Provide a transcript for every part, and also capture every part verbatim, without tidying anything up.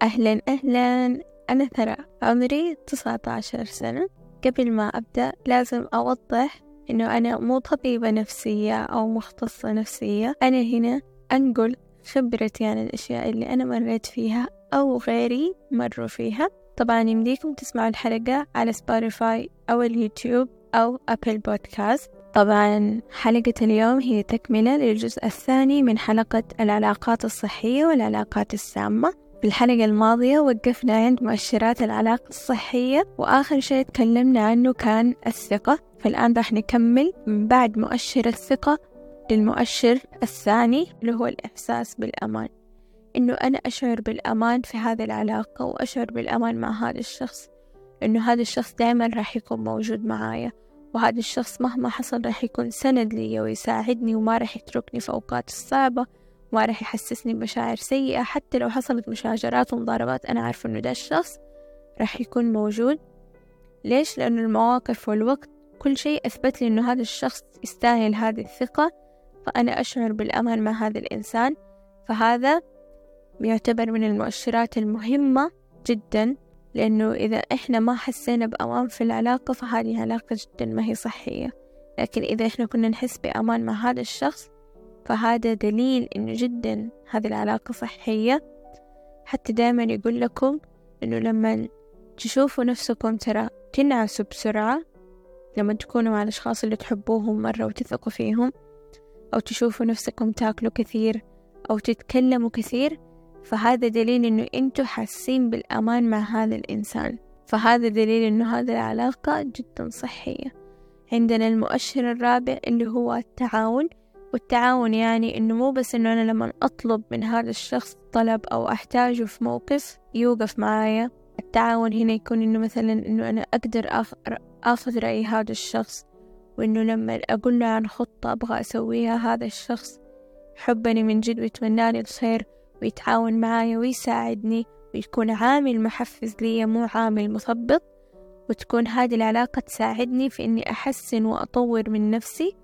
أهلا أهلا، أنا ثرى، عمري تسعة عشر سنة. قبل ما أبدأ لازم أوضح إنه أنا مو طبيبة نفسية أو مختصة نفسية. أنا هنا أنقل خبرتي عن الأشياء اللي أنا مريت فيها أو غيري مروا فيها. طبعا يمديكم تسمعوا الحلقة على سبوتيفاي أو اليوتيوب أو أبل بودكاست. طبعا حلقة اليوم هي تكملة للجزء الثاني من حلقة العلاقات الصحية والعلاقات السامة. في الحلقة الماضية وقفنا عند مؤشرات العلاقة الصحية، وآخر شيء تكلمنا عنه كان الثقة. فالآن راح نكمل من بعد مؤشر الثقة للمؤشر الثاني اللي هو الإحساس بالأمان، إنه أنا أشعر بالأمان في هذه العلاقة وأشعر بالأمان مع هذا الشخص، إنه هذا الشخص دائما راح يكون موجود معايا، وهذا الشخص مهما حصل راح يكون سند لي ويساعدني وما راح يتركني في أوقات الصعبة، ما راح يحسسني بمشاعر سيئة. حتى لو حصلت مشاجرات ومضاربات أنا عارفة إنه ده الشخص راح يكون موجود. ليش؟ لأنه المواقف والوقت كل شيء أثبت لي إنه هذا الشخص يستاهل هذه الثقة، فأنا أشعر بالأمان مع هذا الإنسان. فهذا يعتبر من المؤشرات المهمة جدا، لأنه إذا إحنا ما حسينا بأمان في العلاقة فهذه علاقة جدا ما هي صحية. لكن إذا إحنا كنا نحس بأمان مع هذا الشخص فهذا دليل إنه جدا هذه العلاقة صحية. حتى دائما يقول لكم إنه لما تشوفوا نفسكم ترى تنعسوا بسرعة لما تكونوا مع الأشخاص اللي تحبوهم مرة وتثقوا فيهم، أو تشوفوا نفسكم تاكلوا كثير أو تتكلموا كثير، فهذا دليل إنه أنتوا حاسين بالأمان مع هذا الإنسان، فهذا دليل إنه هذه العلاقة جدا صحية. عندنا المؤشر الرابع اللي هو التعاون. والتعاون يعني إنه مو بس إنه أنا لما أطلب من هذا الشخص طلب أو أحتاجه في موقف يوقف معايا. التعاون هنا يكون إنه مثلا إنه أنا أقدر أخذ رأي هذا الشخص، وإنه لما أقول له عن خطة أبغى أسويها هذا الشخص حبني من جد ويتمناني الخير ويتعاون معايا ويساعدني ويكون عامل محفز لي مو عامل مثبط. وتكون هذه العلاقة تساعدني في إني أحسن وأطور من نفسي،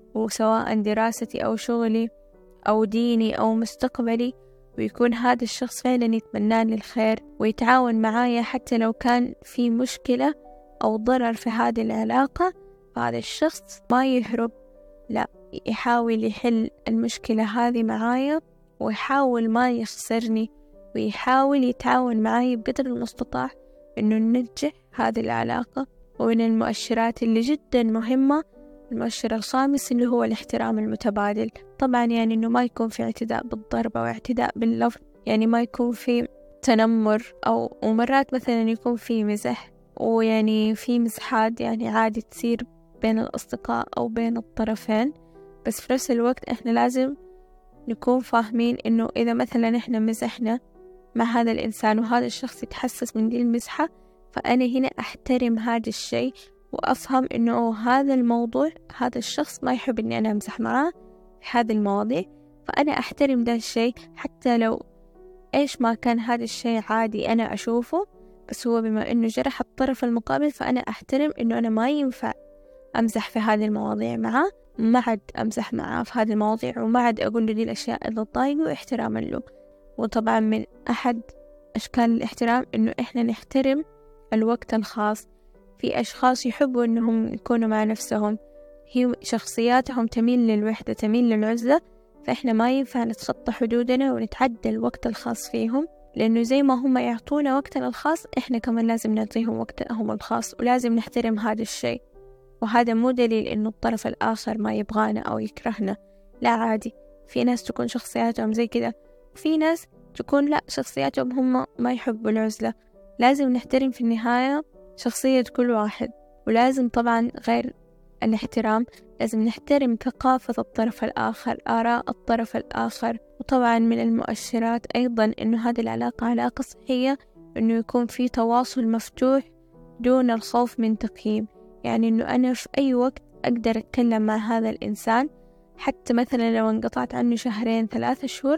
وسواء دراستي أو شغلي أو ديني أو مستقبلي، ويكون هذا الشخص فعلا يتمناني الخير ويتعاون معايا حتى لو كان في مشكلة أو ضرر في هذه العلاقة. فهذا الشخص ما يهرب، لا يحاول يحل المشكلة هذه معايا ويحاول ما يخسرني، ويحاول يتعاون معاي بقدر المستطاع إنه ننجح هذه العلاقة. ومن المؤشرات اللي جدا مهمة المؤشر الخامس اللي هو الاحترام المتبادل. طبعا يعني إنه ما يكون في اعتداء بالضرب أو اعتداء باللفظ، يعني ما يكون في تنمر، أو ومرات مثلا يكون في مزح، ويعني في مزحات يعني عادي تصير بين الأصدقاء أو بين الطرفين. بس في نفس الوقت إحنا لازم نكون فاهمين إنه إذا مثلا إحنا مزحنا مع هذا الإنسان وهذا الشخص يتحسس من دي المزحة، فأنا هنا أحترم هذا الشيء وأفهم إنه هذا الموضوع هذا الشخص ما يحب إني أنا أمزح معاه في هذه المواضيع، فأنا أحترم ده الشيء حتى لو إيش ما كان هذا الشيء عادي أنا أشوفه. بس هو بما إنه جرح الطرف المقابل فأنا أحترم إنه أنا ما ينفع أمزح في هذه المواضيع معاه، ما عاد أمزح معاه في هذه المواضيع وما عاد أقول له دي الأشياء اللي تضايقه احتراما له. وطبعا من أحد أشكال الاحترام إنه إحنا نحترم الوقت الخاص. في أشخاص يحبوا إنهم يكونوا مع نفسهم، هي شخصياتهم تميل للوحدة تميل للعزلة، فإحنا ما ينفع نتخطى حدودنا ونتعدى الوقت الخاص فيهم، لأنه زي ما هم يعطونا وقتنا الخاص إحنا كمان لازم نعطيهم وقتهم الخاص، ولازم نحترم هذا الشيء. وهذا مو دليل إنه الطرف الآخر ما يبغانا أو يكرهنا، لا عادي. في ناس تكون شخصياتهم زي كده، وفي ناس تكون لا شخصياتهم هم ما يحبوا العزلة. لازم نحترم في النهاية شخصية كل واحد، ولازم طبعا غير الاحترام لازم نحترم ثقافة الطرف الآخر، آراء الطرف الآخر. وطبعا من المؤشرات أيضا إنه هذه العلاقة علاقة صحية إنه يكون في تواصل مفتوح دون الخوف من تقييم، يعني إنه أنا في أي وقت أقدر أتكلم مع هذا الإنسان، حتى مثلا لو انقطعت عنه شهرين ثلاثة شهور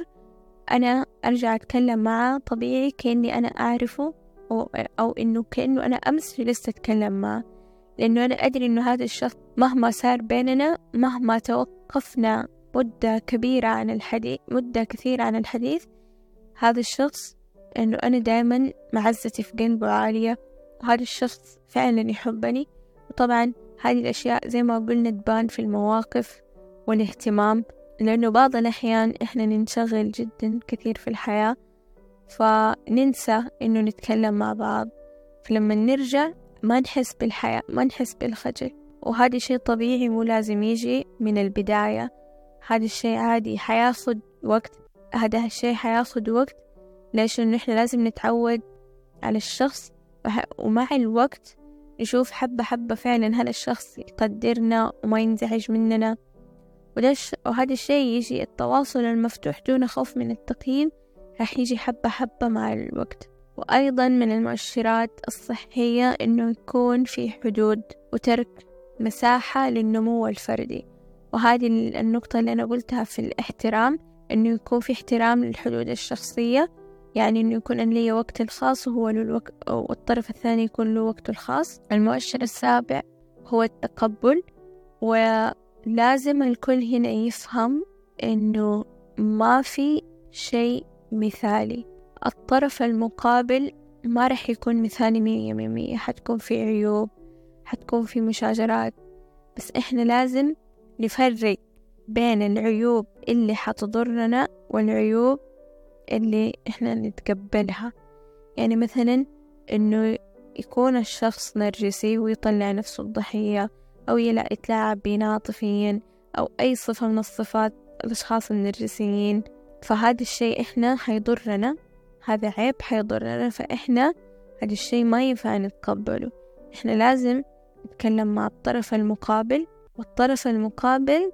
أنا أرجع أتكلم معه طبيعي كأني أنا أعرفه، أو, أو إنه كأنه أنا أمس جلست أتكلم معه، لأنه أنا أدري إنه هذا الشخص مهما صار بيننا، مهما توقفنا مدة كبيرة عن الحديث مدة كثيرة عن الحديث، هذا الشخص إنه أنا دائما معزتي في قلبه عالية، وهذا الشخص فعلا يحبني. وطبعا هذه الأشياء زي ما قلنا تبان في المواقف والاهتمام، لأنه بعض الأحيان إحنا ننشغل جدا كثير في الحياة فننسى إنه نتكلم مع بعض، فلما نرجع ما نحس بالحياة، ما نحس بالخجل. وهذا شيء طبيعي، مو لازم يجي من البداية، هذا الشيء عادي حياخد وقت. هذا الشيء حياخد وقت. ليش؟ إنه إحنا لازم نتعود على الشخص، ومع الوقت نشوف حبة حبة فعلا هذا الشخص يقدرنا وما ينزعج مننا. وليش؟ وهذا الشيء يجي التواصل المفتوح دون خوف من التقييم، راح يجي حبة حبة مع الوقت. وأيضا من المؤشرات الصحية إنه يكون في حدود وترك مساحة للنمو الفردي. وهذه النقطة اللي أنا قلتها في الاحترام، إنه يكون في احترام للحدود الشخصية، يعني إنه يكون أن لي وقت الخاص وهو له الوقت، والطرف الثاني يكون له وقته الخاص. المؤشر السابع هو التقبل، ولازم الكل هنا يفهم إنه ما في شيء مثالي. الطرف المقابل ما رح يكون مثالي مية من مية، حتكون في عيوب، حتكون في مشاجرات، بس إحنا لازم نفرق بين العيوب اللي حتضرنا والعيوب اللي إحنا نتقبلها. يعني مثلا إنه يكون الشخص نرجسي ويطلع نفسه الضحية، أو يتلاعب بينا عاطفيا، أو أي صفة من الصفات الأشخاص النرجسيين، فهذا الشيء إحنا حيضرنا، هذا عيب حيضرنا، فإحنا هذا الشيء ما ينفع نتقبله. إحنا لازم نتكلم مع الطرف المقابل، والطرف المقابل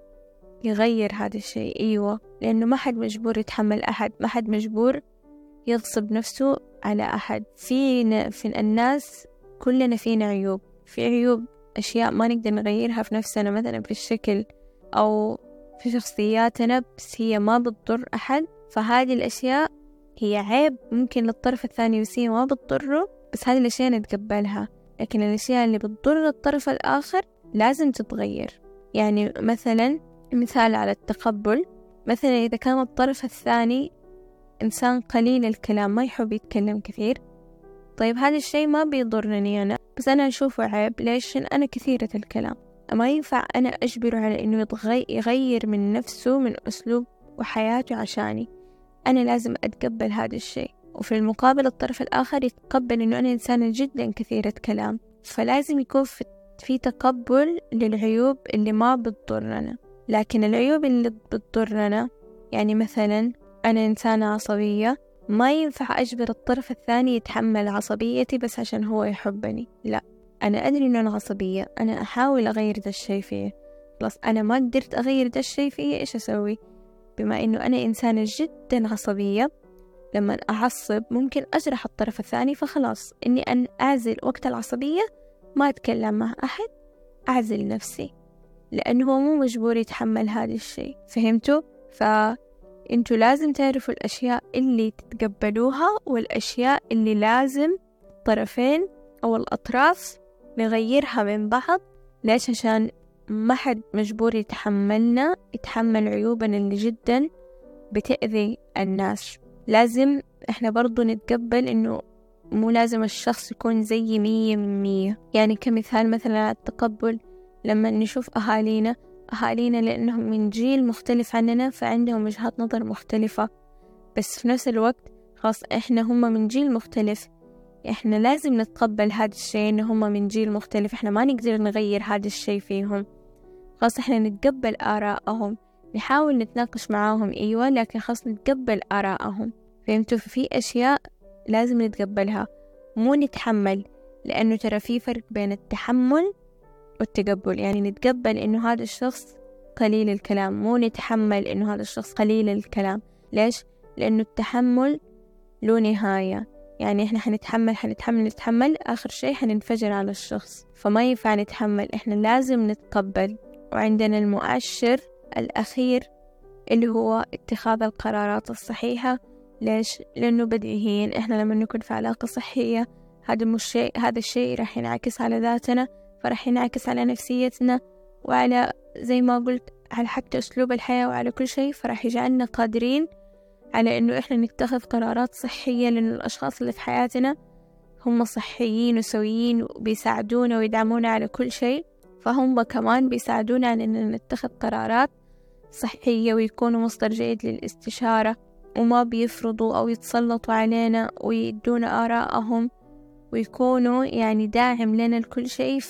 يغير هذا الشيء. أيوة، لأنه ما حد مجبور يتحمل أحد، ما حد مجبور يغصب نفسه على أحد. في في الناس كلنا فينا عيوب، في عيوب أشياء ما نقدر نغيرها في نفسنا، مثلا في الشكل أو في شخصياتنا، بس هي ما بتضر أحد. فهذه الأشياء هي عيب ممكن للطرف الثاني بس هي ما بتضره، بس هذه الأشياء نتقبلها. لكن الأشياء اللي بتضر الطرف الآخر لازم تتغير. يعني مثلا مثال على التقبل، مثلا إذا كان الطرف الثاني إنسان قليل الكلام، ما يحب يتكلم كثير، طيب هذا الشيء ما بيضرني أنا، بس أنا أشوفه عيب. ليش؟ أنا كثيرة الكلام، ما ينفع أنا أجبره على إنه يغير من نفسه، من أسلوب وحياته عشاني. أنا لازم أتقبل هذا الشيء، وفي المقابل الطرف الآخر يتقبل إنه أنا إنسانة جدا كثيرة كلام. فلازم يكون في, في تقبل للعيوب اللي ما بتضرنا. لكن العيوب اللي بتضرنا، يعني مثلا أنا إنسانة عصبية، ما ينفع أجبر الطرف الثاني يتحمل عصبيتي بس عشان هو يحبني. لا، أنا أدري إنه أنا عصبية، أنا أحاول أغير ده الشيء فيه، خلاص أنا ما قدرت أغير ده الشيء فيه، إيش أسوي؟ بما إنه أنا إنسانة جدا عصبية، لما أعصب ممكن أجرح الطرف الثاني، فخلاص إني أن أعزل وقت العصبية، ما أتكلم مع أحد، أعزل نفسي، لأنه هو مو مجبور يتحمل هذا الشيء. فهمتوا؟ فأنتوا لازم تعرفوا الأشياء اللي تتقبلوها والأشياء اللي لازم الطرفين أو الأطراف نغيرها من بعض. ليش؟ عشان ما حد مجبور يتحملنا، يتحمل عيوبنا اللي جدا بتأذي الناس. لازم إحنا برضو نتقبل إنه مو لازم الشخص يكون زي مية من مية. يعني كمثال مثلا على التقبل، لما نشوف أهالينا أهالينا لأنهم من جيل مختلف عننا فعندهم وجهات نظر مختلفة، بس في نفس الوقت خلاص إحنا هم من جيل مختلف، إحنا لازم نتقبل هذا الشيء إنه هم من جيل مختلف، إحنا ما نقدر نغير هذا الشيء فيهم، خلاص إحنا نتقبل آراءهم، نحاول نتناقش معاهم أيوة، لكن خلاص نتقبل آراءهم. فهمتوا؟ في أشياء لازم نتقبلها، مو نتحمل، لأنه ترى في فرق بين التحمل والتقبل. يعني نتقبل إنه هذا الشخص قليل الكلام، مو نتحمل إنه هذا الشخص قليل الكلام. ليش؟ لأنه التحمل له نهاية، يعني إحنا حنتحمل حنتحمل نتحمل آخر شيء حننفجر على الشخص، فما ينفع نتحمل، إحنا لازم نتقبل. وعندنا المؤشر الأخير اللي هو اتخاذ القرارات الصحيحة. ليش؟ لأنه بديهيا إحنا لما نكون في علاقة صحية، هذا مش شيء، هذا الشيء راح ينعكس على ذاتنا، فرح ينعكس على نفسيتنا، وعلى زي ما قلت على حتى أسلوب الحياة وعلى كل شيء، فرح يجعلنا قادرين على إنه إحنا نتخذ قرارات صحية، لأن الأشخاص اللي في حياتنا هم صحيين وسويين وبيساعدونا ويدعمونا على كل شيء، فهم كمان بيساعدونا على إن نتخذ قرارات صحية ويكونوا مصدر جيد للاستشارة، وما بيفرضوا أو يتسلطوا علينا ويدونا آراءهم، ويكونوا يعني داعم لنا لكل شيء.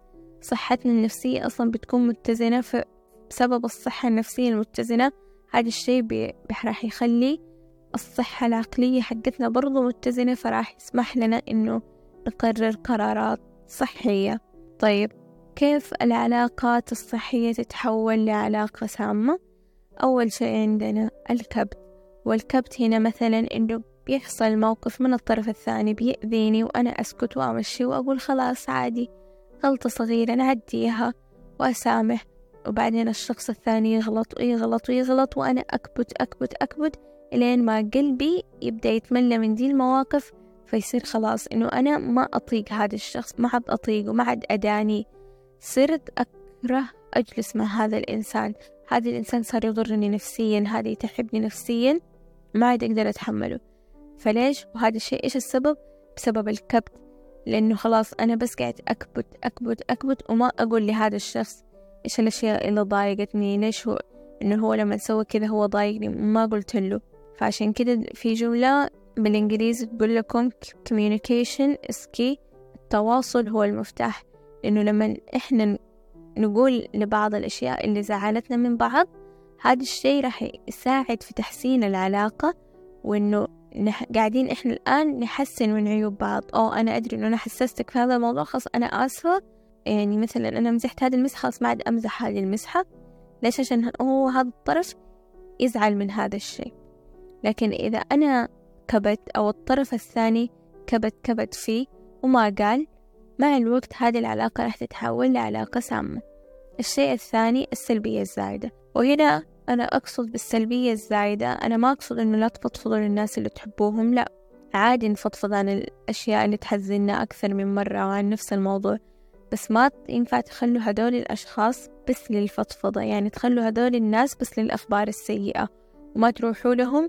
فصحتنا النفسية أصلا بتكون متزنة، بسبب الصحة النفسية المتزنة هذا الشيء بي- راح يخلي الصحة العقلية حقتنا برضو متزنة، فراح يسمح لنا إنه نقرر قرارات صحية. طيب كيف العلاقات الصحية تتحول لعلاقة سامة؟ أول شيء عندنا الكبت، والكبت هنا مثلا إنه بيحصل موقف من الطرف الثاني بيأذيني وأنا أسكت وأمشي وأقول خلاص عادي، غلطة صغيرة نعديها وأسامح، وبعدين الشخص الثاني يغلط ويغلط ويغلط وأنا أكبت أكبت أكبت إلين ما قلبي يبدأ يتملى من دي المواقف، فيصير خلاص إنه أنا ما أطيق هذا الشخص، ما عاد أطيقه، ما عاد أداني، صرت أكره أجلس مع هذا الإنسان، هذا الإنسان صار يضرني نفسيا، هذا يتعبني نفسيا، ما عاد أقدر أتحمله. فليش؟ وهذا الشيء إيش السبب؟ بسبب الكبت، لأنه خلاص أنا بس قاعد أكبت أكبت أكبت وما أقول لهذا الشخص إيش الأشياء اللي ضايقتني، ليش هو إنه هو لما سوى كذا هو ضايقني، ما قلت له. فعشان كده في جملة بالإنجليزي تقول لكم communication is key، التواصل هو المفتاح، لأنه لما إحنا نقول لبعض الأشياء اللي زعلتنا من بعض، هذا الشيء راح يساعد في تحسين العلاقة، وإنه نح... قاعدين إحنا الآن نحسن من عيوب بعض. أو أنا أدري إنه أنا حسستك في هذا الموضوع، خلاص أنا آسفة، يعني مثلا أنا مزحت هذه المسحة، خلاص ما عاد أمزح هذه المسحة. ليش؟ عشان هو هذا الطرف يزعل من هذا الشيء. لكن إذا أنا كبت أو الطرف الثاني كبت كبت فيه وما قال، مع الوقت هذه العلاقة راح تتحول لعلاقة سامة. الشيء الثاني السلبية الزايدة، وهنا أنا أقصد بالسلبية الزايدة أنا ما أقصد إنه لا تفضفضوا للناس اللي تحبوهم، لا، عادي نفضفض عن الأشياء اللي تحزننا أكثر من مرة وعن نفس الموضوع، بس ما ينفع تخلوا هدول الأشخاص بس للفضفضة، يعني تخلوا هدول الناس بس للأخبار السيئة، وما تروحوا لهم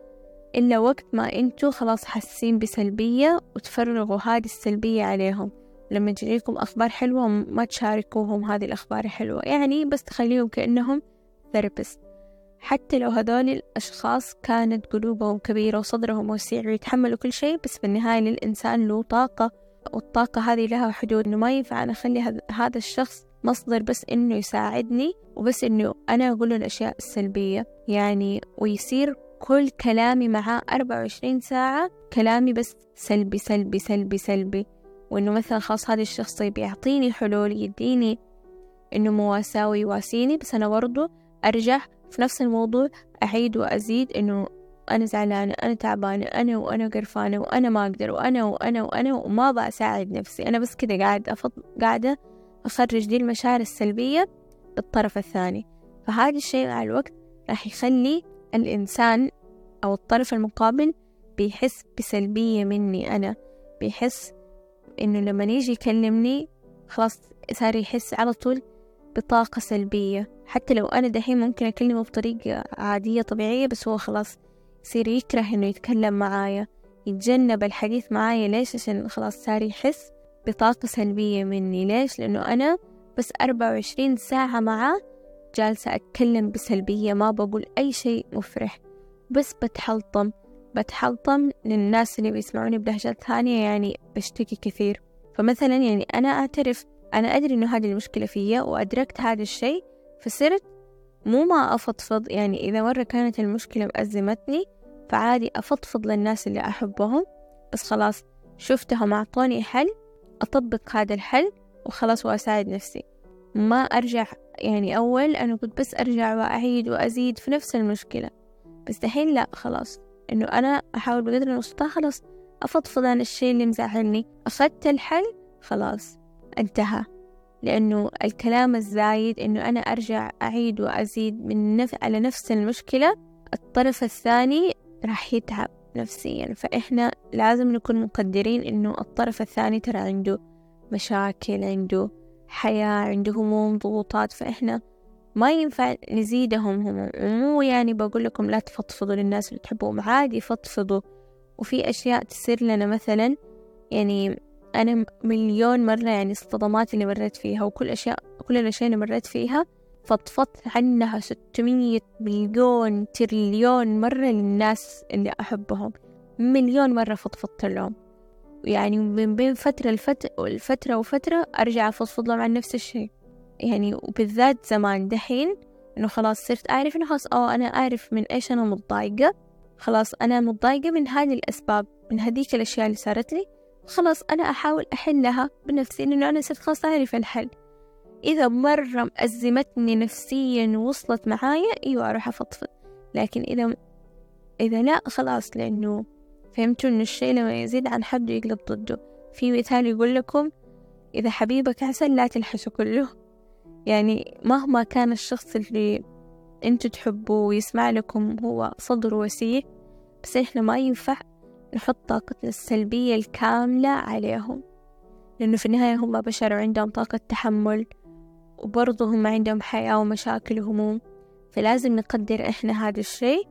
إلا وقت ما أنتوا خلاص حاسين بسلبية وتفرغوا هذه السلبية عليهم. لما تجيكم أخبار حلوة ما تشاركوهم هذه الأخبار الحلوة، يعني بس تخليهم كأنهم ثيرابيست. حتى لو هذول الأشخاص كانت قلوبهم كبيرة وصدرهم وسيع ويتحملوا كل شيء، بس بالنهاية للإنسان له طاقة، والطاقة هذه لها حدود، إنه ما ينفع أنا أخلي هذا الشخص مصدر بس إنه يساعدني وبس إنه أنا أقول له الأشياء السلبية، يعني ويصير كل كلامي معاه أربعة وعشرين ساعة كلامي بس سلبي سلبي سلبي سلبي، وإنه مثلا خلاص هذا الشخص بيعطيني حلول، يديني إنه مواساة ويواسيني، بس أنا برضو أرجع في نفس الموضوع أعيد وأزيد إنه أنا زعلانة، أنا تعبانة، أنا وأنا قرفانة، وأنا ما أقدر، وأنا وأنا وأنا وما بساعد نفسي، أنا بس كده قاعد أفض... قاعدة أخرج دي المشاعر السلبية بالطرف الثاني. فهذا الشيء مع الوقت راح يخلي الإنسان أو الطرف المقابل بيحس بسلبية مني أنا، بيحس إنه لما يجي يكلمني خلاص صار يحس على طول بطاقة سلبية، حتى لو أنا دحين ممكن أكلمه بطريقة عادية طبيعية، بس هو خلاص يصير يكره إنه يتكلم معايا، يتجنب الحديث معايا. ليش؟ عشان خلاص صار يحس بطاقة سلبية مني. ليش؟ لأنه أنا بس أربعة وعشرين ساعة معاه جالسة أتكلم بسلبية، ما بقول أي شيء مفرح، بس بتحلطم بتحلطم للناس اللي بيسمعوني بلهجات ثانية، يعني بشتكي كثير. فمثلا يعني أنا أعترف، أنا أدري إنه هذه المشكلة فيا وأدركت هذا الشيء، فصرت مو ما أفضفض، يعني إذا مرة كانت المشكلة مأزمتني فعادي أفضفض للناس اللي أحبهم، بس خلاص شفتهم أعطوني حل أطبق هذا الحل وخلاص وأساعد نفسي، ما أرجع. يعني أول أنا كنت بس أرجع وأعيد وأزيد في نفس المشكلة، بس دحين لا، خلاص إنه أنا أحاول بقدر المستطاع خلاص أفضفض عن الشيء اللي مزعلني، أخذت الحل خلاص انتهى. لأنه الكلام الزايد إنه أنا أرجع أعيد وأزيد من نف... على نفس المشكلة، الطرف الثاني راح يتعب نفسيا. فإحنا لازم نكون مقدرين إنه الطرف الثاني ترى عنده مشاكل، عنده حياة، عنده هموم، ضغوطات، فإحنا ما ينفع نزيدهم هم. ومو يعني بقول لكم لا تفضفضوا للناس اللي تحبوهم، عادي فضفضوا. وفي أشياء تصير لنا مثلا، يعني أنا مليون مرة يعني الصدمات اللي مريت فيها وكل أشياء كل الأشياء اللي مريت فيها فضفضت عنها ستمية مليون تريليون مرة للناس اللي أحبهم، مليون مرة فضفضت لهم. يعني من بين فترة لفترة والفترة وفترة أرجع أفضفض لهم عن نفس الشيء. يعني وبالذات زمان دحين إنه خلاص صرت أعرف إنه خلاص أو أنا أعرف من إيش أنا متضايقة، خلاص أنا متضايقة من هذه الأسباب، من هذيك الأشياء اللي صارت لي، خلاص أنا أحاول أحلها بنفسي لأنه أنا صرت خلاص أعرف الحل. إذا مرة أزمتني نفسيا ووصلت معايا أيوة أروح أفضفض. لكن إذا إذا لا خلاص، لأنه فهمتوا إنه الشيء لما يزيد عن حده يقلب ضده. في مثال يقول لكم إذا حبيبك عسل لا تلحسه كله. يعني مهما كان الشخص اللي أنتوا تحبوه ويسمع لكم هو صدر وسيع، بس إحنا ما ينفع نحط طاقتنا السلبية الكاملة عليهم، لأنه في النهاية هم بشر وعندهم طاقة تحمل، وبرضه هم عندهم حياة ومشاكل وهموم. فلازم نقدر إحنا هذا الشيء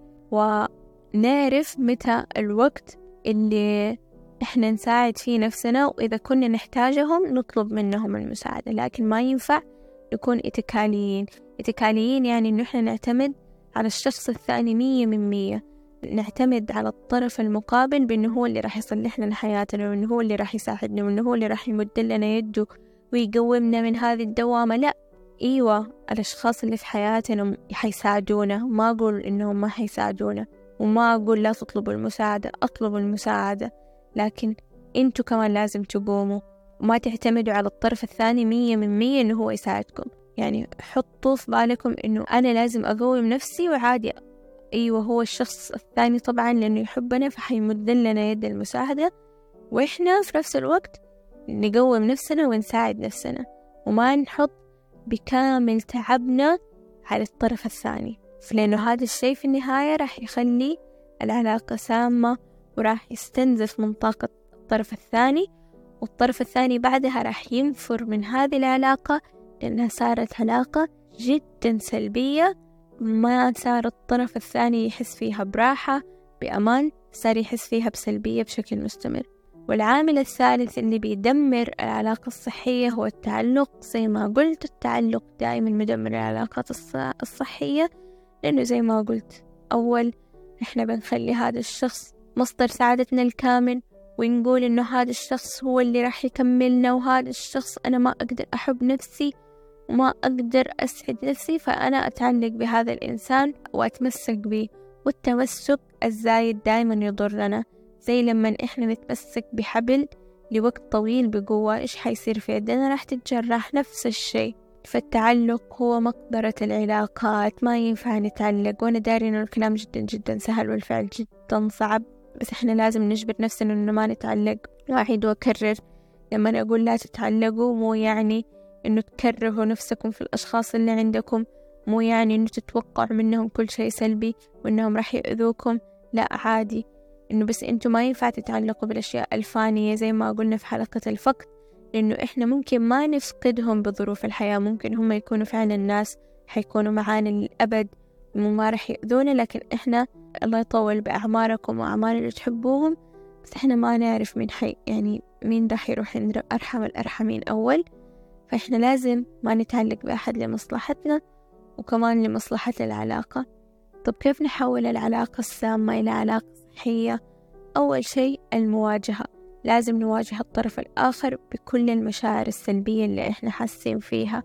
ونعرف متى الوقت اللي إحنا نساعد فيه نفسنا، وإذا كنا نحتاجهم نطلب منهم المساعدة. لكن ما ينفع نكون اتكاليين. اتكاليين يعني إنه إحنا نعتمد على الشخص الثاني مية من مية، نعتمد على الطرف المقابل بأنه هو اللي راح يصلح لنا حياتنا، وأنه هو اللي راح يساعدنا، وأنه هو اللي راح يمد لنا يده ويقومنا من هذه الدوامة. لا، إيوة الأشخاص اللي في حياتنا حيساعدونا، ما أقول إنهم ما حيساعدونا، وما أقول لا تطلبوا المساعدة، أطلبوا المساعدة، لكن أنتوا كمان لازم تقوموا وما تعتمدوا على الطرف الثاني مية من مية إنه هو يساعدكم. يعني حطوا في بالكم إنه أنا لازم أقوم نفسي وعادي. أيوة هو الشخص الثاني طبعا لأنه يحبنا فحيمد لنا يد المساعدة، وإحنا في نفس الوقت نقوم نفسنا ونساعد نفسنا، وما نحط بكامل تعبنا على الطرف الثاني، لأنه هذا الشيء في النهاية راح يخلي العلاقة سامة وراح يستنزف من طاقة الطرف الثاني، والطرف الثاني بعدها راح ينفر من هذه العلاقة لأنها صارت علاقة جدا سلبية، ما صار الطرف الثاني يحس فيها براحة بأمان، صار يحس فيها بسلبية بشكل مستمر. والعامل الثالث اللي بيدمر العلاقة الصحية هو التعلق. زي ما قلت التعلق دائما مدمر العلاقات الصحية، لأنه زي ما قلت أول إحنا بنخلي هذا الشخص مصدر سعادتنا الكامل، ونقول إنه هذا الشخص هو اللي راح يكملنا، وهذا الشخص أنا ما أقدر أحب نفسي وما أقدر أسعد نفسي، فأنا أتعلق بهذا الإنسان وأتمسك به. والتمسك الزايد دائما يضرنا، زي لما إحنا نتمسك بحبل لوقت طويل بقوة، إيش حيصير في يدنا؟ راح تتجرح. نفس الشيء، فالتعلق هو مقدرة العلاقات، ما ينفع نتعلق. وأنا داري إنه الكلام جدا جدا سهل والفعل جدا صعب، بس إحنا لازم نجبر نفسنا إنه ما نتعلق. وأعيد وأكرر، لما أنا أقول لا تتعلقوا مو يعني إنه تكرهوا نفسكم في الأشخاص اللي عندكم، مو يعني إنه تتوقعوا منهم كل شيء سلبي وإنهم راح يؤذوكم. لا، عادي إنه بس أنتوا ما ينفع تتعلقوا بالأشياء الفانية زي ما قلنا في حلقة الفقد، لأنه إحنا ممكن ما نفقدهم بظروف الحياة، ممكن هم يكونوا فعلا الناس حيكونوا معانا للأبد وما راح يؤذونا، لكن إحنا الله يطول بأعماركم وأعمار اللي تحبوهم، بس إحنا ما نعرف مين حي يعني مين راح يروح عند أرحم الأرحمين أول. فإحنا لازم ما نتعلق بأحد لمصلحتنا وكمان لمصلحة العلاقة. طب كيف نحول العلاقة السامة إلى علاقة صحية؟ أول شيء المواجهة، لازم نواجه الطرف الآخر بكل المشاعر السلبية اللي إحنا حاسين فيها،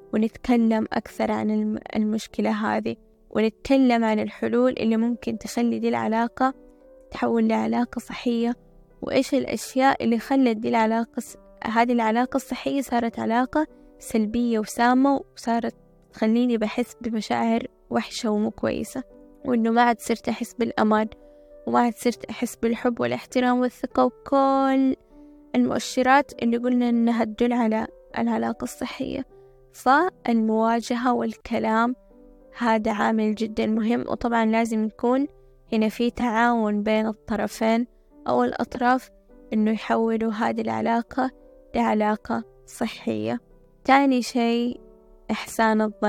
ونتكلم أكثر عن المشكلة هذه، ونتكلم عن الحلول اللي ممكن تخلي دي العلاقة تحول لعلاقة صحية، وإيش الأشياء اللي خلت دي العلاقة هذه العلاقة الصحية صارت علاقة سلبية وسامة، وصارت تخليني بحس بمشاعر وحشة ومو كويسة، وإنه ما عاد صرت أحس بالأمان، وما عاد صرت أحس بالحب والاحترام والثقة وكل المؤشرات اللي قلنا إنها تدل على العلاقة الصحية. فالمواجهة والكلام هذا عامل جدا مهم، وطبعا لازم يكون هنا في تعاون بين الطرفين أو الأطراف إنه يحولوا هذه العلاقة لعلاقة صحية. تاني شيء إحسان الظن.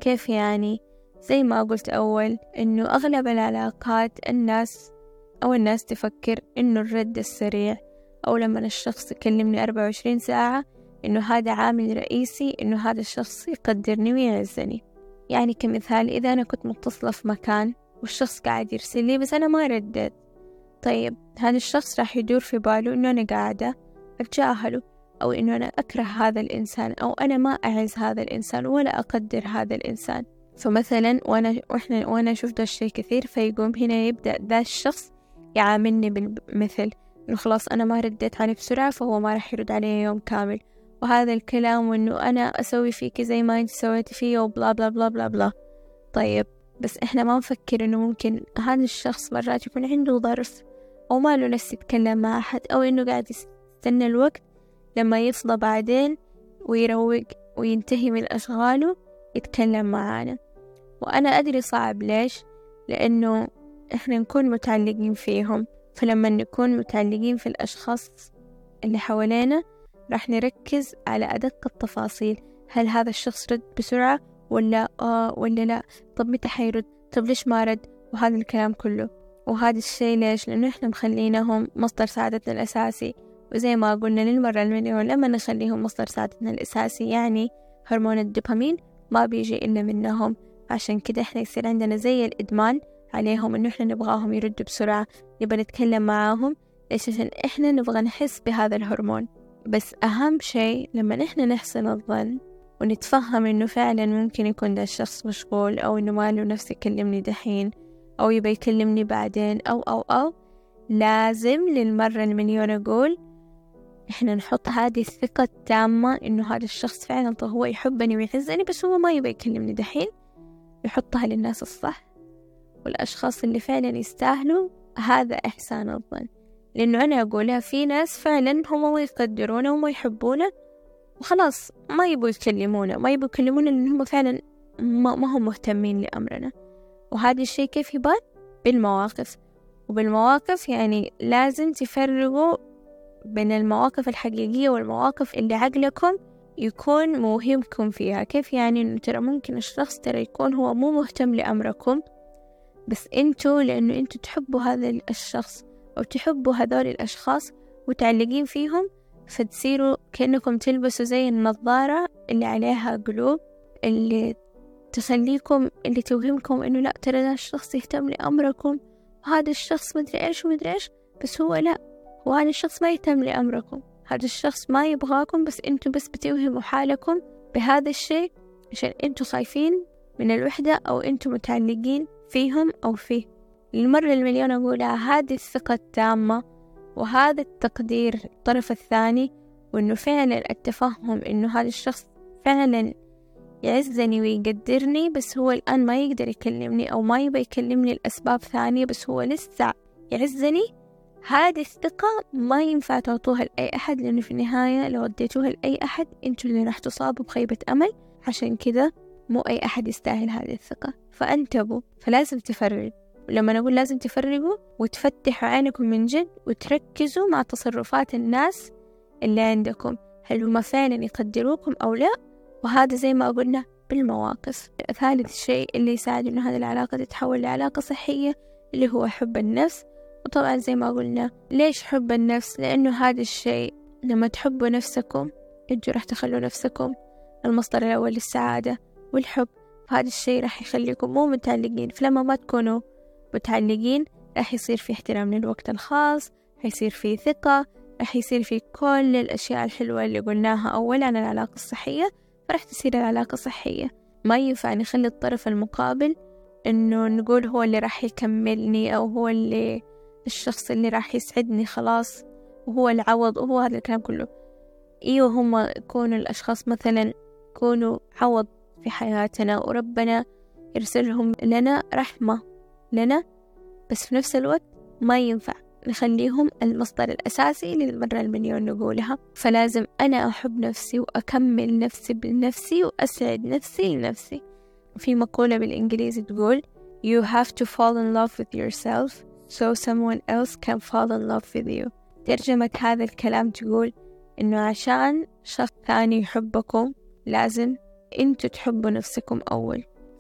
كيف يعني؟ زي ما قلت أول إنه أغلب العلاقات الناس أو الناس تفكر إنه الرد السريع أو لما الشخص يكلمني أربعة وعشرين ساعة إنه هذا عامل رئيسي إنه هذا الشخص يقدرني ويعزني. يعني كمثال، إذا أنا كنت متصلة في مكان والشخص قاعد يرسل لي بس أنا ما رديت، طيب هذا الشخص راح يدور في باله إنه أنا قاعدة أتجاهله، أو إنه أنا أكره هذا الإنسان، أو أنا ما أعز هذا الإنسان ولا أقدر هذا الإنسان. فمثلا وأنا وإحنا وأنا أشوف ده الشيء كثير، فيقوم هنا يبدأ ذا الشخص يعاملني بالمثل إنه خلاص أنا ما رديت عليه بسرعة فهو ما راح يرد علي يوم كامل، وهذا الكلام وإنه أنا أسوي فيك زي ما أنت سويتي فيه وبلا بلا بلا بلا بلا. طيب بس إحنا ما نفكر إنه ممكن هذا الشخص مرات يكون عنده ظرف أو ما له نفس يتكلم مع أحد، أو إنه قاعد يستنى الوقت لما يفضى بعدين ويروق وينتهي من أشغاله يتكلم معانا. وأنا أدري صعب، ليش؟ لأنه إحنا نكون متعلقين فيهم، فلما نكون متعلقين في الأشخاص اللي حوالينا راح نركز على أدق التفاصيل، هل هذا الشخص رد بسرعة ولا آه ولا لا، طب متى حيرد، طب ليش ما رد، وهذا الكلام كله. وهذا الشيء ليش؟ لأنه إحنا مخلينهم مصدر سعادتنا الأساسي، وزي ما قلنا للمرة المليون لما نخليهم مصدر سعادتنا الأساسي يعني هرمون الدوبامين ما بيجي إلا منهم. عشان كده إحنا يصير عندنا زي الإدمان عليهم، إنه إحنا نبغاهم يردوا بسرعة، نبغى نتكلم معاهم. ليش؟ عشان إحنا نبغى نحس بهذا الهرمون. بس أهم شيء لما إحنا نحسن الظن ونتفهم إنه فعلا ممكن يكون ده الشخص مشغول، أو إنه ما له نفس يكلمني دحين، أو يبقى يكلمني بعدين، أو أو أو لازم للمرة المليون أقول إحنا نحط هذه الثقة التامة إنه هذا الشخص فعلا طه هو يحبني ويعزني بس هو ما يبغى يكلمني دحين، يحطها للناس الصح والأشخاص اللي فعلا يستاهلوا هذا إحسان الظن. لأنه أنا أقولها في ناس فعلا هم ما يقدرونا وما يحبونا وخلاص ما يبغوا يكلمونا ما يبغوا يكلمونا لأن هم فعلا ما, ما هم مهتمين لأمرنا. وهذا الشيء كيف يبان؟ بالمواقف. وبالمواقف يعني لازم تفرقوا بين المواقف الحقيقية والمواقف اللي عقلكم يكون موهمكم فيها. كيف يعني؟ إنه ترى ممكن الشخص ترى يكون هو مو مهتم لأمركم، بس انتوا لأنه انتوا تحبوا هذا الشخص أو تحبوا هذول الأشخاص وتعلقين فيهم، فتصيروا كأنكم تلبسوا زي النظارة اللي عليها قلوب اللي تخليكم اللي توهمكم إنه لا ترى هذا الشخص يهتم لأمركم، وهذا الشخص مدري إيش ومدري إيش، بس هو لا، وهذا الشخص ما يهتم لأمركم، هذا الشخص ما يبغاكم، بس انتوا بس بتوهموا حالكم بهذا الشيء عشان انتوا خايفين من الوحدة أو انتوا متعلقين فيهم أو فيه. للمرة المليون أقولها، هذه الثقة التامة وهذا التقدير الطرف الثاني، وإنه فعلا التفهم إنه هذا الشخص فعلا يعزني ويقدرني بس هو الآن ما يقدر يكلمني أو ما يبغى يكلمني لأسباب ثانية، بس هو لسه يعزني. هذه الثقة ما ينفع تعطوها لأي أحد، لأنه في النهاية لو اديتوها لأي أحد انتوا اللي راح تصابوا بخيبة أمل. عشان كده مو أي أحد يستاهل هذه الثقة، فأنتبهوا. فلازم تفرقوا. لما نقول لازم تفرقوا وتفتحوا عينكم من جد وتركزوا مع تصرفات الناس اللي عندكم، هل هم فعلا يقدروكم أو لا. وهذا زي ما قلنا بالمواقف. ثالث شيء اللي يساعد إنه هذه العلاقة تتحول لعلاقة صحية اللي هو حب النفس. وطبعا زي ما قلنا، ليش حب النفس؟ لأنه هذا الشيء لما تحبوا نفسكم انتوا راح تخلوا نفسكم المصدر الأول للسعادة والحب. فهذا الشيء راح يخليكم مو متعلقين، فلما ما تكونوا متعلقين راح يصير في احترام للوقت الخاص، راح يصير في ثقة، راح يصير في كل الأشياء الحلوة اللي قلناها أولا عن العلاقة الصحية، فرح تصير العلاقة صحية. ما ينفع نخلي الطرف المقابل إنه نقول هو اللي راح يكملني أو هو اللي الشخص اللي راح يسعدني خلاص وهو العوض وهو هذا الكلام كله. إيوه هم يكونوا الأشخاص مثلا يكونوا عوض في حياتنا وربنا يرسلهم لنا رحمة لنا، بس في نفس الوقت ما ينفع نخليهم المصدر الأساسي للمرة المليون نقولها. فلازم أنا أحب نفسي وأكمل نفسي بنفسي وأسعد نفسي لنفسي. في مقولة بالإنجليزي تقول You have to fall in love with yourself so someone else can fall in love with you. ترجمة هذا الكلام تقول إنه عشان شخص ثاني يحبكم لازم أنتوا تحبوا نفسكم أول.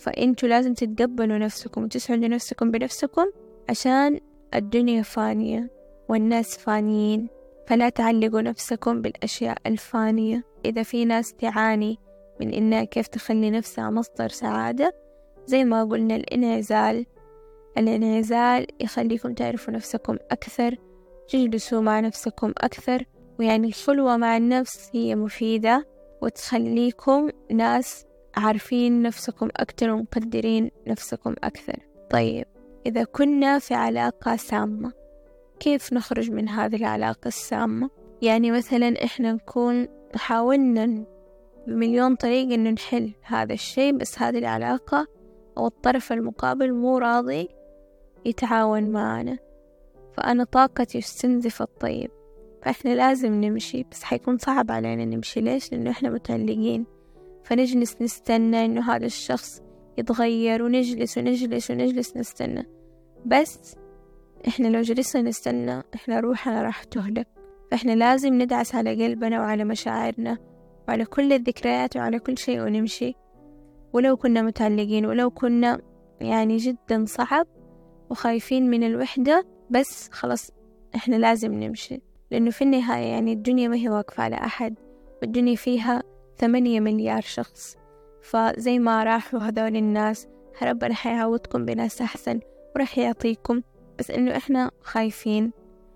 فأنتوا لازم تتقبلوا نفسكم وتسعدوا نفسكم بنفسكم، عشان الدنيا فانية والناس فانيين، فلا تعلقوا نفسكم بالأشياء الفانية. إذا في ناس تعاني من إنها كيف تخلي نفسها مصدر سعادة، زي ما قلنا الانعزال الانعزال يخليكم تعرفوا نفسكم أكثر، تجلسوا مع نفسكم أكثر. ويعني الخلوة مع النفس هي مفيدة وتخليكم ناس عارفين نفسكم أكثر ومقدرين نفسكم أكثر. طيب، إذا كنا في علاقة سامة، كيف نخرج من هذه العلاقة السامة؟ يعني مثلا إحنا نكون حاولنا بمليون طريقة إنه نحل هذا الشيء، بس هذه العلاقة أو الطرف المقابل مو راضي يتعاون معنا، فأنا طاقتي استنزفت. طيب، فإحنا لازم نمشي، بس حيكون صعب علينا نمشي. ليش؟ لأنه إحنا متعلقين، فنجلس نستنى إنه هذا الشخص يتغير، ونجلس ونجلس ونجلس نستنى. بس إحنا لو جلسنا نستنى إحنا روحنا راح تهلك. فإحنا لازم ندعس على قلبنا وعلى مشاعرنا وعلى كل الذكريات وعلى كل شيء ونمشي، ولو كنا متعلقين، ولو كنا يعني جدا صعب وخايفين من الوحدة، بس خلاص إحنا لازم نمشي. لأنه في النهاية يعني الدنيا ما هي واقفة على أحد، والدنيا فيها ثمانية مليار شخص، فزي ما راحوا هذول الناس ربنا حيعوضكم بناس أحسن ورح يعطيكم. بس إنه إحنا خايفين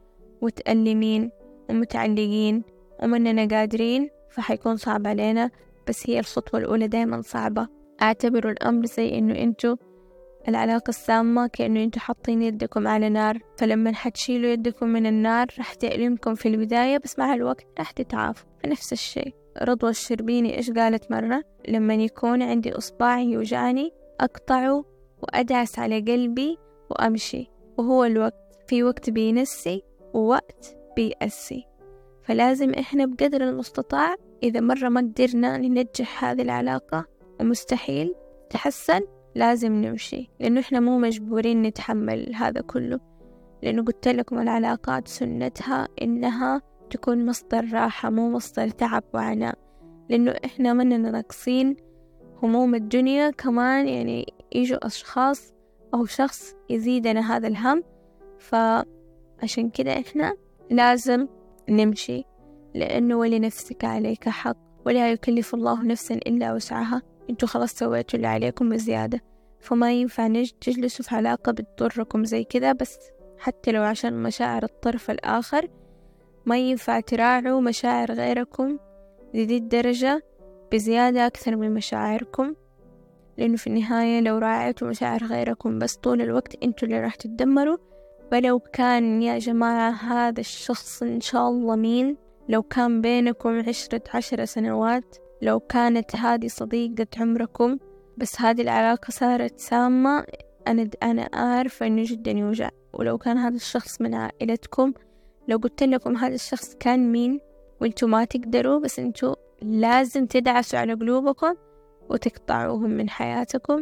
وتألمين ومتعلقين ومننا قادرين، فحيكون صعب علينا. بس هي الخطوة الأولى دايما صعبة. أعتبروا الأمر زي إنه أنتوا العلاقة السامة كأنه أنتوا حاطين يدكم على نار، فلما حتشيلوا يدكم من النار رح تألمكم في البداية، بس مع الوقت رح تتعافوا. فنفس الشيء رضوى الشربيني إيش قالت مرة؟ لما يكون عندي إصبع يوجعني أقطعه وأدعس على قلبي وأمشي، وهو الوقت، في وقت بينسي ووقت بيأسي. فلازم إحنا بقدر المستطاع إذا مرة ما قدرنا ننجح هذه العلاقة ومستحيل تحسن، لازم نمشي، لأنه إحنا مو مجبورين نتحمل هذا كله. لأنه قلت لكم العلاقات سنتها إنها تكون مصدر راحة مو مصدر تعب وعناء. لأنه إحنا مننا ناقصين هموم الدنيا كمان، يعني يجوا أشخاص أو شخص يزيدنا هذا الهم. فعشان كده إحنا لازم نمشي، لأنه ولنفسك عليك حق ولا يكلف الله نفسا إلا وسعها. انتوا خلاص سويتوا اللي عليكم بزيادة، فما ينفع نج تجلسوا في علاقة بتضركم زي كده بس حتى لو عشان مشاعر الطرف الآخر. ما ينفع تراعوا مشاعر غيركم لذي الدرجة بزيادة أكثر من مشاعركم، لأنه في النهاية لو راعيتوا مشاعر غيركم بس طول الوقت انتوا اللي راح تتدمروا. ولو كان يا جماعة هذا الشخص إن شاء الله مين، لو كان بينكم عشرة عشر سنوات، لو كانت هذه صديقة عمركم، بس هذه العلاقة صارت سامة، أنا أنا أعرف إنه جدا يوجع. ولو كان هذا الشخص من عائلتكم، لو قلت لكم هذا الشخص كان مين وإنتوا ما تقدروا، بس إنتوا لازم تدعسوا على قلوبكم وتقطعوهم من حياتكم،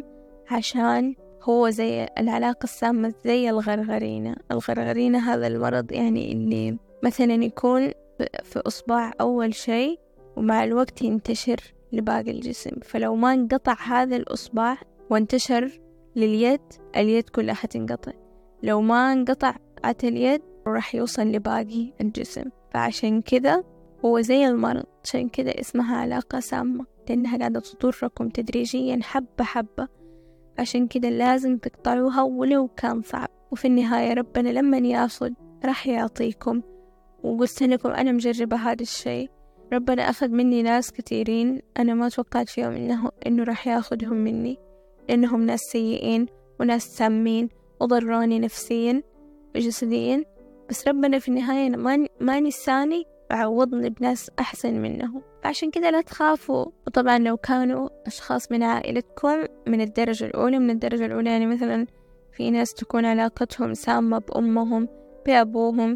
عشان هو زي العلاقة السامة زي الغرغرينة. الغرغرينة هذا المرض يعني اللي مثلا يكون في أصبع أول شيء ومع الوقت ينتشر لباقي الجسم. فلو ما انقطع هذا الأصبع وانتشر لليد، اليد كلها حتنقطع. لو ما انقطعت اليد راح يوصل لباقي الجسم. فعشان كذا هو زي المرض، عشان كذا اسمها علاقة سامة، لأنها قاعدة تضركم تدريجيا حبة حبة. عشان كذا لازم تقطعوها ولو كان صعب. وفي النهاية ربنا لما ياخد راح يعطيكم. وقلت لكم أنا مجربة هذا الشيء، ربنا أخذ مني ناس كثيرين أنا ما توقعت فيهم إنه إنه راح ياخدهم مني، لأنهم ناس سيئين وناس سامين وضروني نفسيا وجسديا. بس ربنا في النهاية ما ما نساني وعوضني بناس أحسن منهم. فعشان كده لا تخافوا. وطبعا لو كانوا أشخاص من عائلتكم من الدرجة الأولى من الدرجة الأولى يعني مثلا في ناس تكون علاقتهم سامة بأمهم بأبوهم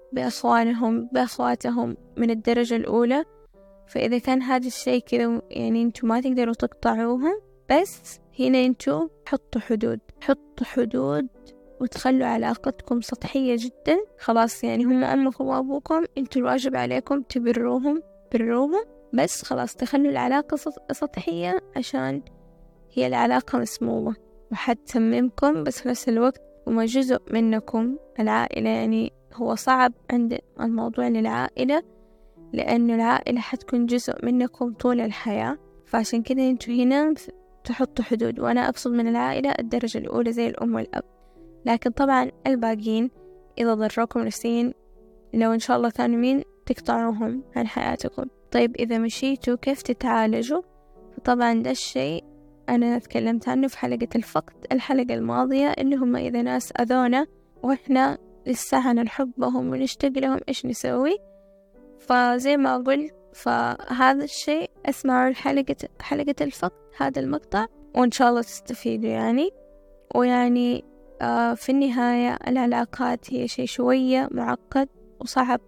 بأخوانهم بأخواتهم من الدرجة الأولى، فإذا كان هذا الشيء كذا يعني انتوا ما تقدروا تقطعوهم، بس هنا انتوا حطوا حدود حطوا حدود وتخلوا علاقتكم سطحية جدا. خلاص يعني هم أمكم وأبوكم، انتوا الواجب عليكم تبروهم بروهم، بس خلاص تخلوا العلاقة سطحية عشان هي العلاقة مسمومة وحتسممكم، بس في نفس الوقت هما جزء منكم. العائلة يعني هو صعب عند الموضوع للعائلة، لأنه العائلة حتكون جزء منكم طول الحياة، فعشان كده انتوا هنا تحطوا حدود. وأنا أقصد من العائلة الدرجة الأولى زي الأم والأب، لكن طبعا الباقيين إذا ضركم نفسيا لو إن شاء الله كانوا مين تقطعوهم عن حياتكم. طيب إذا مشيتوا كيف تتعالجوا؟ فطبعا ده الشيء أنا تكلمت عنه في حلقة الفقد الحلقة الماضية، اللي هم إذا ناس أذونا وإحنا لسه نحبهم ونشتاق لهم إيش نسوي. فزي ما قلت فهذا الشيء اسمعوا الحلقة حلقة الفقد هذا المقطع وإن شاء الله تستفيدوا يعني. ويعني آه في النهاية العلاقات هي شيء شوية معقد وصعب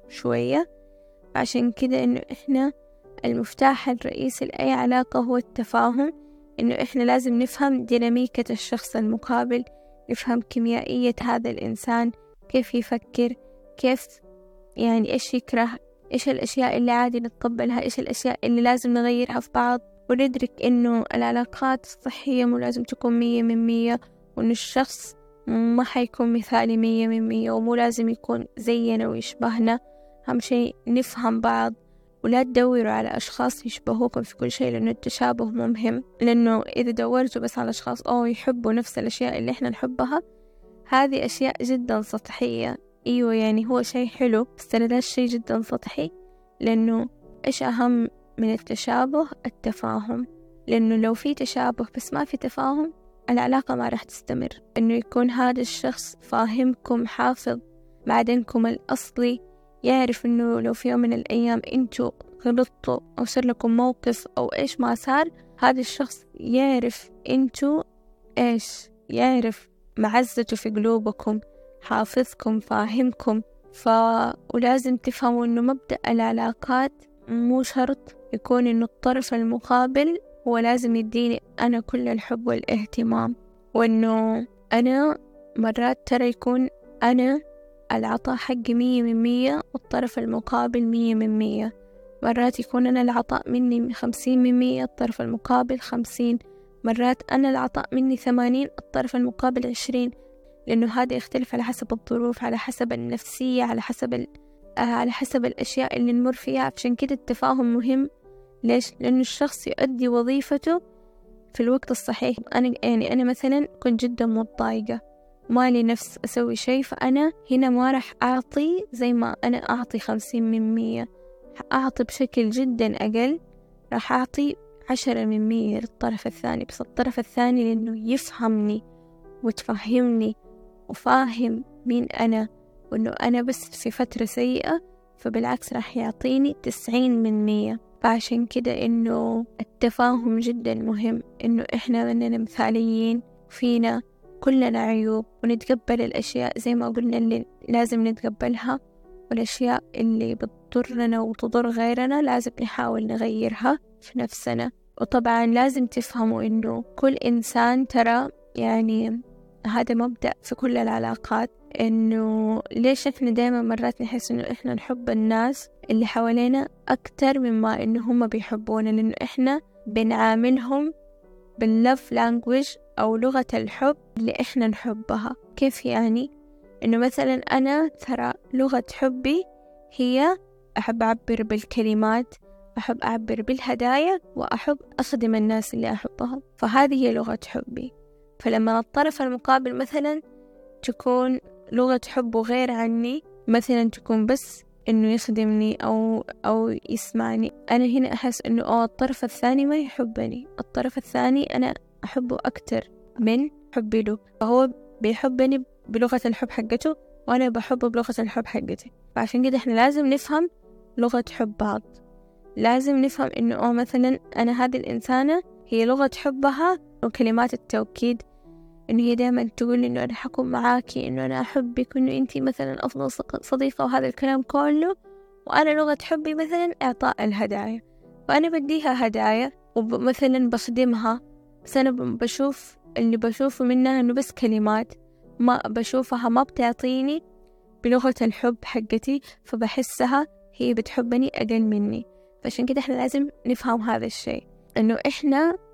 شوية، عشان كده إنه إحنا المفتاح الرئيسي لأي علاقة هو التفاهم. إنه إحنا لازم نفهم ديناميكة الشخص المقابل، نفهم كيميائية هذا الإنسان، كيف يفكر، كيف يعني إيش يكره، إيش الأشياء اللي عادي نتقبلها، إيش الأشياء اللي لازم نغيرها في بعض. وندرك إنه العلاقات الصحية مو لازم تكون مية من مية، وإنه الشخص ما حيكون مثالي مية من مية، ومو لازم يكون زينا ويشبهنا. أهم شيء نفهم بعض، ولا تدوروا على أشخاص يشبهوكم في كل شيء، لأنه التشابه مهم. لأنه إذا دورتوا بس على أشخاص أو يحبوا نفس الأشياء اللي إحنا نحبها، هذه أشياء جدا سطحية. أيوة يعني هو شيء حلو، بس ترى ده الشيء جدا سطحي. لأنه إيش أهم من التشابه؟ التفاهم. لأنه لو في تشابه بس ما في تفاهم، العلاقة ما راح تستمر. إنه يكون هذا الشخص فاهمكم، حافظ معدنكم الأصلي، يعرف إنه لو في يوم من الأيام أنتوا غلطتوا أو صار لكم موقف أو إيش ما صار، هذا الشخص يعرف أنتوا إيش، يعرف معزته في قلوبكم، حافظكم، فاهمكم. ف ولازم تفهموا إنه مبدأ العلاقات مو شرط يكون إنه الطرف المقابل هو لازم يديني أنا كل الحب والاهتمام، وإنه أنا مرات ترى يكون أنا العطاء حقي مية من مية والطرف المقابل مية من مية. مرات يكون أنا العطاء مني خمسين من مية الطرف المقابل خمسين. مرات أنا العطاء مني ثمانين الطرف المقابل عشرين. لأنه هذا يختلف على حسب الظروف، على حسب النفسية، على حسب ال... آه على حسب الأشياء اللي نمر فيها. عشان كده التفاهم مهم. ليش؟ لأنه الشخص يؤدي وظيفته في الوقت الصحيح. أنا يعني أنا مثلا كنت جدا متضايقة، ما لي نفس أسوي شيء، فأنا هنا ما راح أعطي زي ما أنا أعطي خمسين من مية، أعطي بشكل جدا أقل، راح أعطي عشرة من مية للطرف الثاني. بس الطرف الثاني لأنه يفهمني وتفهمني وفاهم مين أنا، وأنه أنا بس في فترة سيئة، فبالعكس راح يعطيني تسعين من مية. فعشان كده إنه التفاهم جدا مهم. إنه إحنا مننا مثاليين، فينا كلنا عيوب، ونتقبل الأشياء زي ما قلنا اللي لازم نتقبلها، والأشياء اللي بتضرنا وتضر غيرنا لازم نحاول نغيرها في نفسنا. وطبعا لازم تفهموا إنه كل إنسان ترى يعني هذا مبدأ في كل العلاقات، إنه ليش إحنا دايما مرات نحس إنه إحنا نحب الناس اللي حوالينا أكتر مما إنه هم بيحبونا، لأنه إحنا بنعاملهم باللف لانجويج أو لغة الحب اللي إحنا نحبها. كيف يعني؟ إنه مثلا أنا ترى لغة حبي هي أحب أعبر بالكلمات، أحب أعبر بالهدايا، وأحب أخدم الناس اللي أحبهم. فهذه هي لغة حبي. فلما الطرف المقابل مثلا تكون لغة حبه غير عني، مثلا تكون بس إنه يخدمني أو أو يسمعني، أنا هنا أحس إنه أو الطرف الثاني ما يحبني، الطرف الثاني أنا أحبه أكتر من حبي له. فهو بيحبني بلغة الحب حقته، وأنا بحبه بلغة الحب حقتي. فعشان كده إحنا لازم نفهم لغة حب بعض. لازم نفهم إنه أو مثلا أنا هذه الإنسانة هي لغة حبها وكلمات التوكيد، إنه هي دائما تقول إنه أنا حكون معاكي، إنه أنا أحبك، إنه أنتي مثلا أفضل صديقة، وهذا الكلام كله. وأنا لغة حبي مثلا إعطاء الهدايا، فأنا بديها هدايا ومثلا بخدمها، بس أنا بشوف اللي بشوفه منها إنه بس كلمات، ما بشوفها ما بتعطيني بلغة الحب حقتي، فبحسها هي بتحبني أقل مني. فعشان كده إحنا لازم نفهم هذا الشيء، إنه إحنا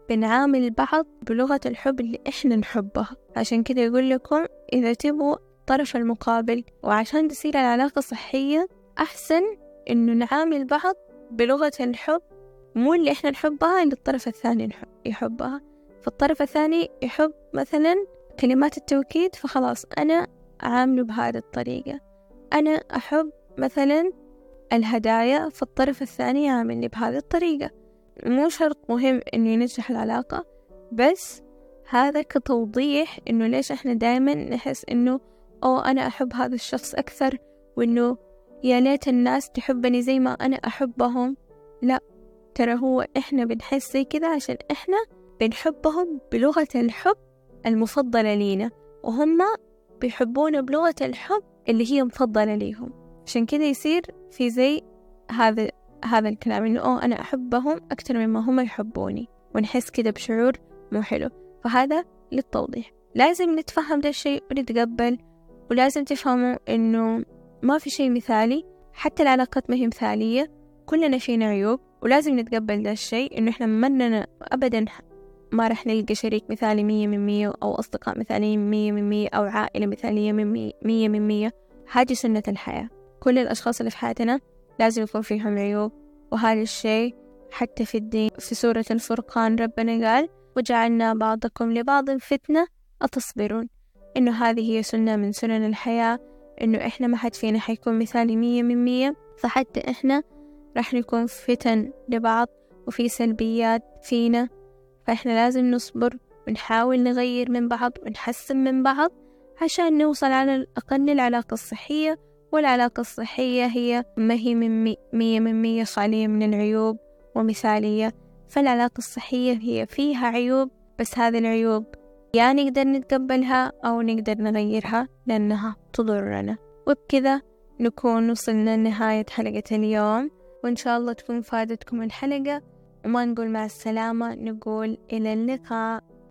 بنعامل بعض بلغة الحب اللي إحنا نحبها. عشان كده يقول لكم إذا تبوا الطرف المقابل وعشان تصير العلاقة صحية أحسن إنه نعامل بعض بلغة الحب مو اللي إحنا نحبها اللي الطرف الثاني يحبها. فالطرف الثاني يحب مثلا كلمات التوكيد، فخلاص أنا أعامله بهذه الطريقة. أنا أحب مثلا الهدايا، فالطرف الثاني يعاملني بهذه الطريقة. مو شرط مهم إنه ينجح العلاقة، بس هذا كتوضيح إنه ليش إحنا دايما نحس إنه أو أنا أحب هذا الشخص أكثر، وإنه يا ليت الناس تحبني زي ما أنا أحبهم. لا، ترى هو إحنا بنحس زي كذا عشان إحنا بنحبهم بلغة الحب المفضلة لينا، وهم بيحبونا بلغة الحب اللي هي مفضلة ليهم. عشان كده يصير في زي هذا هذا الكلام إنه أوه أنا أحبهم أكثر مما هم يحبوني، ونحس كده بشعور مو حلو. فهذا للتوضيح. لازم نتفهم ده الشيء ونتقبل، ولازم تفهموا إنه ما في شيء مثالي، حتى العلاقات ما هي مثالية، كلنا فينا عيوب، ولازم نتقبل ده الشيء إنه إحنا مننا أبدا ما رح نلقى شريك مثالي مية من مية، أو أصدقاء مثاليين مية من مية، أو عائلة مثالية من مية من مية. هذه سنة الحياة. كل الأشخاص اللي في حياتنا لازم يكون فيهم عيوب، وهذا الشيء حتى في الدين في سورة الفرقان ربنا قال وجعلنا بعضكم لبعض فتنة أتصبرون. إنه هذه هي سنة من سنن الحياة، إنه إحنا ما حد فينا حيكون مثالي مية من مية، فحتى إحنا رح نكون فتن لبعض وفي سلبيات فينا. فإحنا لازم نصبر ونحاول نغير من بعض ونحسن من بعض عشان نوصل على الأقل للعلاقة الصحية. والعلاقة الصحية هي ما هي من مي مية من مية خالية من العيوب ومثالية. فالعلاقة الصحية هي فيها عيوب، بس هذه العيوب يا نقدر نتقبلها أو نقدر نغيرها لأنها تضرنا. وبكذا نكون وصلنا لنهاية حلقة اليوم، وإن شاء الله تكون فادتكم الحلقة. وما نقول مع السلامة، نقول إلى اللقاء.